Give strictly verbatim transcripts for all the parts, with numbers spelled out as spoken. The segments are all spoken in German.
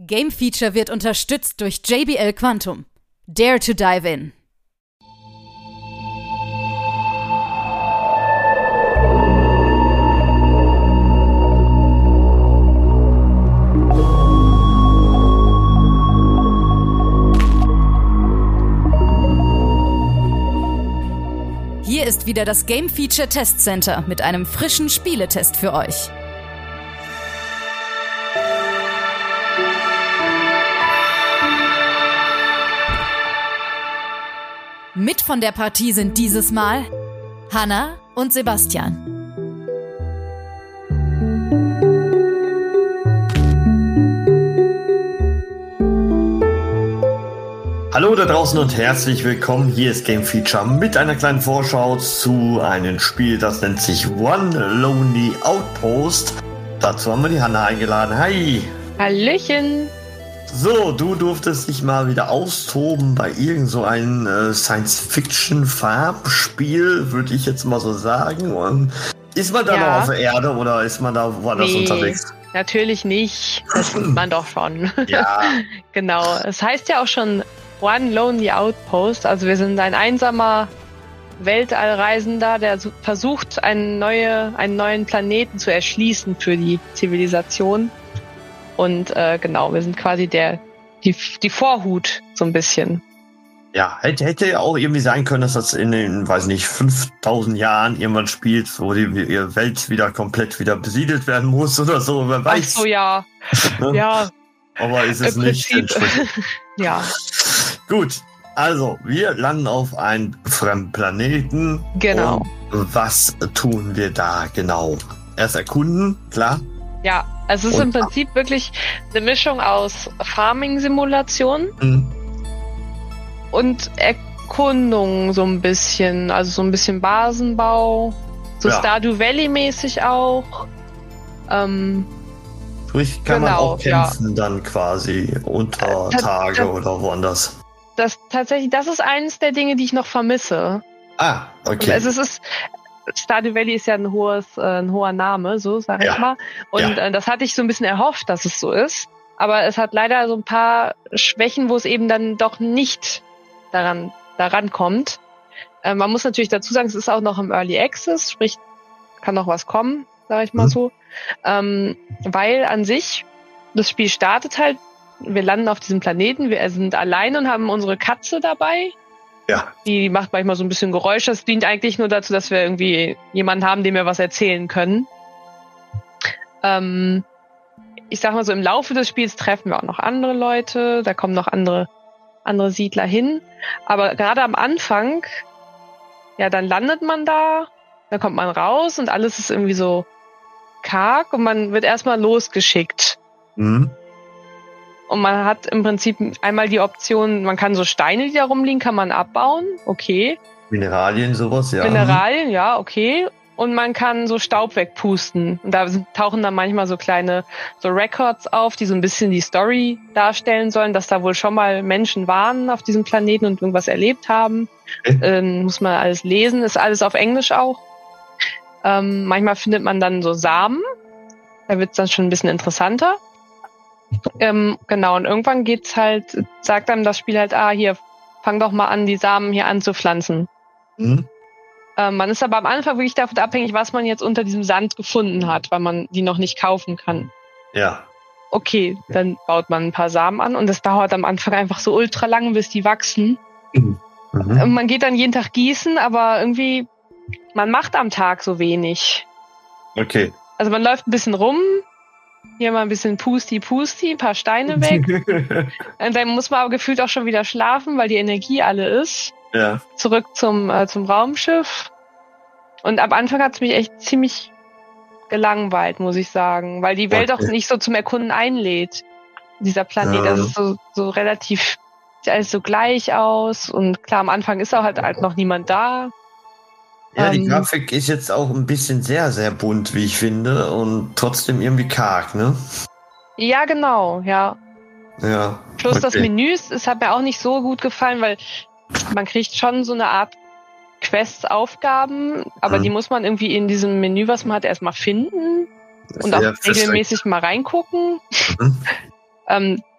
Game Feature wird unterstützt durch J B L Quantum. Dare to dive in. Hier ist wieder das Game Feature Test Center mit einem frischen Spieletest für euch. Mit von der Partie sind dieses Mal Hanna und Sebastian. Hallo da draußen und herzlich willkommen. Hier ist Game Feature mit einer kleinen Vorschau zu einem Spiel, das nennt sich One Lonely Outpost. Dazu haben wir die Hanna eingeladen. Hi! Hallöchen! So, du durftest dich mal wieder austoben bei irgend so einem äh, Science-Fiction-Farbspiel, würde ich jetzt mal so sagen. Und ist man da Ja. noch auf der Erde oder ist man da woanders Nee, unterwegs? natürlich nicht. Das tut man doch schon. Ja. Genau. Es heißt ja auch schon One Lonely Outpost. Also wir sind ein einsamer Weltallreisender, der so- versucht, einen, neue, einen neuen Planeten zu erschließen für die Zivilisation. Und äh, genau, wir sind quasi der die, die Vorhut so ein bisschen. Ja, hätte, hätte ja auch irgendwie sein können, dass das in den, weiß nicht, fünftausend Jahren irgendwann spielt, wo die die Welt wieder komplett wieder besiedelt werden muss oder so, wer Ach weiß. so, ja. Ne? Ja, Aber ist es im nicht. Prinzip. entsprechend. Ja, Gut, also wir landen auf einem fremden Planeten. genau. Und was tun wir da genau? Erst erkunden, klar. Ja, also es ist Und- im Prinzip wirklich eine Mischung aus Farming-Simulation Mhm. und Erkundung so ein bisschen. Also so ein bisschen Basenbau, so Ja. Stardew Valley-mäßig auch. Ähm, Sprich, kann man Genau, auch kämpfen dann quasi unter Äh, ta- Tage ta- oder woanders. das tatsächlich, das ist eines der Dinge, die ich noch vermisse. Ah, okay. Also es ist Stardew Valley ist ja ein hohes, äh, ein hoher Name, so sag Ja. ich mal. Und Ja. äh, das hatte ich so ein bisschen erhofft, dass es so ist. Aber es hat leider so ein paar Schwächen, wo es eben dann doch nicht daran, daran kommt. Äh, man muss natürlich dazu sagen, es ist auch noch im Early Access, sprich, kann noch was kommen, sag ich mal Mhm. so. Ähm, weil an sich, das Spiel startet halt, wir landen auf diesem Planeten, wir sind allein und haben unsere Katze dabei. Ja. Die macht manchmal so ein bisschen Geräusche. Das dient eigentlich nur dazu, dass wir irgendwie jemanden haben, dem wir was erzählen können. Ähm, ich sag mal so, im Laufe des Spiels treffen wir auch noch andere Leute. Da kommen noch andere, andere Siedler hin. Aber gerade am Anfang, ja, dann landet man da, dann kommt man raus und alles ist irgendwie so karg und man wird erstmal losgeschickt. Mhm. Und man hat im Prinzip einmal die Option, man kann so Steine, die da rumliegen, kann man abbauen. Okay. Mineralien, sowas, ja. Mineralien, ja, okay. Und man kann so Staub wegpusten. Und da sind, tauchen dann manchmal so kleine so Records auf, die so ein bisschen die Story darstellen sollen, dass da wohl schon mal Menschen waren auf diesem Planeten und irgendwas erlebt haben. Okay. Ähm, muss man alles lesen, ist alles auf Englisch auch. Ähm, manchmal findet man dann so Samen. Da wird's dann schon ein bisschen interessanter. Ähm, genau, und irgendwann geht's halt, sagt einem das Spiel halt, ah, hier, fang doch mal an, die Samen hier anzupflanzen. Mhm. Ähm, man ist aber am Anfang wirklich davon abhängig, was man jetzt unter diesem Sand gefunden hat, weil man die noch nicht kaufen kann. Ja. Okay, dann baut man ein paar Samen an und es dauert am Anfang einfach so ultra lang, bis die wachsen. Mhm. Ähm, man geht dann jeden Tag gießen, aber irgendwie, man macht am Tag so wenig. Okay. Also man läuft ein bisschen rum, hier mal ein bisschen Pusti Pusti, ein paar Steine weg. Und dann muss man aber gefühlt auch schon wieder schlafen, weil die Energie alle ist. Ja. Zurück zum, äh, zum Raumschiff. Und am Anfang hat es mich echt ziemlich gelangweilt, muss ich sagen, weil die Welt Okay. auch nicht so zum Erkunden einlädt. Dieser Planet, Ja. das ist so, so relativ, sieht alles so gleich aus. Und klar, am Anfang ist auch halt, halt noch niemand da. Ja, die Ähm, Grafik ist jetzt auch ein bisschen sehr, sehr bunt, wie ich finde, und trotzdem irgendwie karg, ne? Ja, genau, ja. Ja. Plus das okay. Menü, es hat mir auch nicht so gut gefallen, weil man kriegt schon so eine Art Quests-Aufgaben, aber Mhm. die muss man irgendwie in diesem Menü, was man hat, erstmal finden und auch Sehr versteckt. regelmäßig mal reingucken. Mhm. Ähm,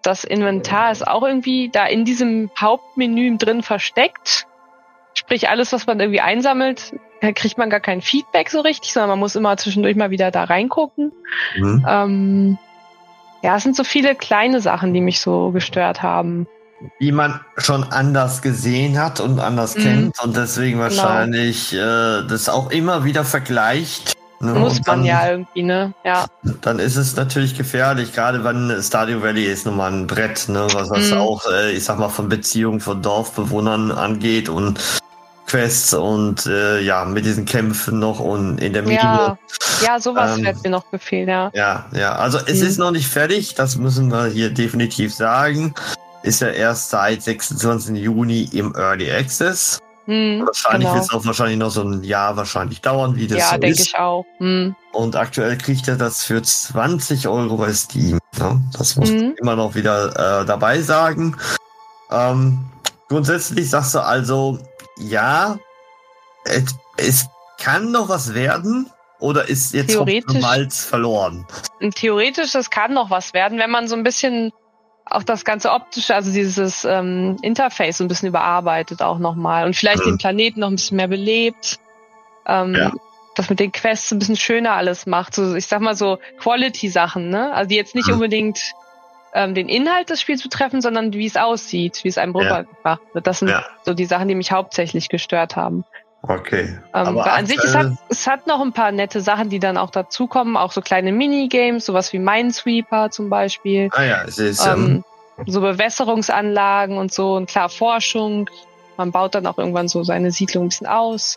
das Inventar ist auch irgendwie da in diesem Hauptmenü drin versteckt. Sprich, alles, was man irgendwie einsammelt, da kriegt man gar kein Feedback so richtig, sondern man muss immer zwischendurch mal wieder da reingucken. Mhm. Ähm, ja, es sind so viele kleine Sachen, die mich so gestört haben. Die man schon anders gesehen hat und anders mhm. kennt und deswegen wahrscheinlich genau. äh, das auch immer wieder vergleicht. Ne? Muss und dann, man ja irgendwie, ne? Ja. Dann ist es natürlich gefährlich, gerade wenn Stardew Valley ist nun mal ein Brett, ne? Was das mhm. auch, äh, ich sag mal, von Beziehungen von Dorfbewohnern angeht und Quests und äh, ja, mit diesen Kämpfen noch und in der Mine. Ja, ja sowas ähm, wird mir noch gefehlt, ja. Ja, ja, also es mhm. ist noch nicht fertig, das müssen wir hier definitiv sagen. Ist ja erst seit sechsundzwanzigsten Juni im Early Access. Hm, wahrscheinlich genau. wird es auch wahrscheinlich noch so ein Jahr wahrscheinlich dauern, wie das ja, so ist. Ja, denke ich auch. Hm. Und aktuell kriegt er das für zwanzig Euro bei Steam. Ne? Das muss hm. man immer noch wieder äh, dabei sagen. Ähm, grundsätzlich sagst du also, ja, es, es kann noch was werden. Oder ist jetzt Malz verloren? Theoretisch, es kann noch was werden, wenn man so ein bisschen auch das ganze optische, also dieses ähm, Interface so ein bisschen überarbeitet auch nochmal und vielleicht mhm. den Planeten noch ein bisschen mehr belebt, ähm, ja. das mit den Quests ein bisschen schöner alles macht, so ich sag mal so Quality-Sachen, ne? Also die jetzt nicht mhm. unbedingt ähm, den Inhalt des Spiels betreffen, sondern wie es aussieht, wie es einem rübergebracht ja. wird. Das sind ja. so die Sachen, die mich hauptsächlich gestört haben. Okay. Ähm, aber an sich, es hat, es hat noch ein paar nette Sachen, die dann auch dazukommen, auch so kleine Minigames, sowas wie Minesweeper zum Beispiel. Ah ja, es ist ähm, ähm, so Bewässerungsanlagen und so und klar Forschung. Man baut dann auch irgendwann so seine Siedlung ein bisschen aus.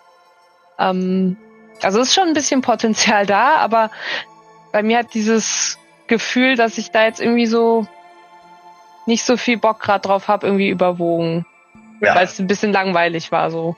Ähm, also es ist schon ein bisschen Potenzial da, aber bei mir hat dieses Gefühl, dass ich da jetzt irgendwie so nicht so viel Bock gerade drauf habe, irgendwie überwogen. Ja. Weil es ein bisschen langweilig war so.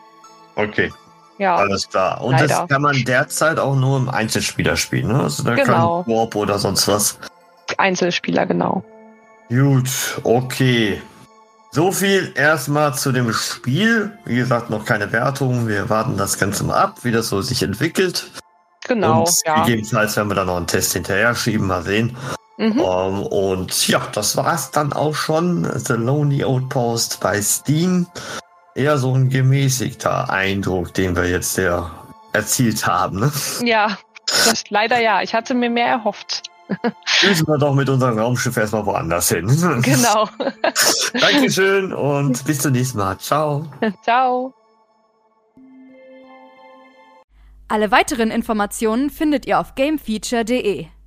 Okay. Ja. Alles klar. Und leider. Das kann man derzeit auch nur im Einzelspieler spielen, ne? Also da genau. kein Koop oder sonst was. Einzelspieler, genau. Gut, okay. So viel erstmal zu dem Spiel. Wie gesagt, noch keine Wertung. Wir warten das Ganze mal ab, wie das so sich entwickelt. Genau, und ja. gegebenenfalls werden wir dann noch einen Test hinterher schieben, mal sehen. Mhm. Um, und ja, das war's dann auch schon. The Lonely Outpost bei Steam. Eher so ein gemäßigter Eindruck, den wir jetzt sehr erzielt haben. Ne? Ja, das, leider ja. Ich hatte mir mehr erhofft. Müssen wir doch mit unserem Raumschiff erstmal woanders hin. Genau. Dankeschön und bis zum nächsten Mal. Ciao. Ciao. Alle weiteren Informationen findet ihr auf gamefeature punkt de.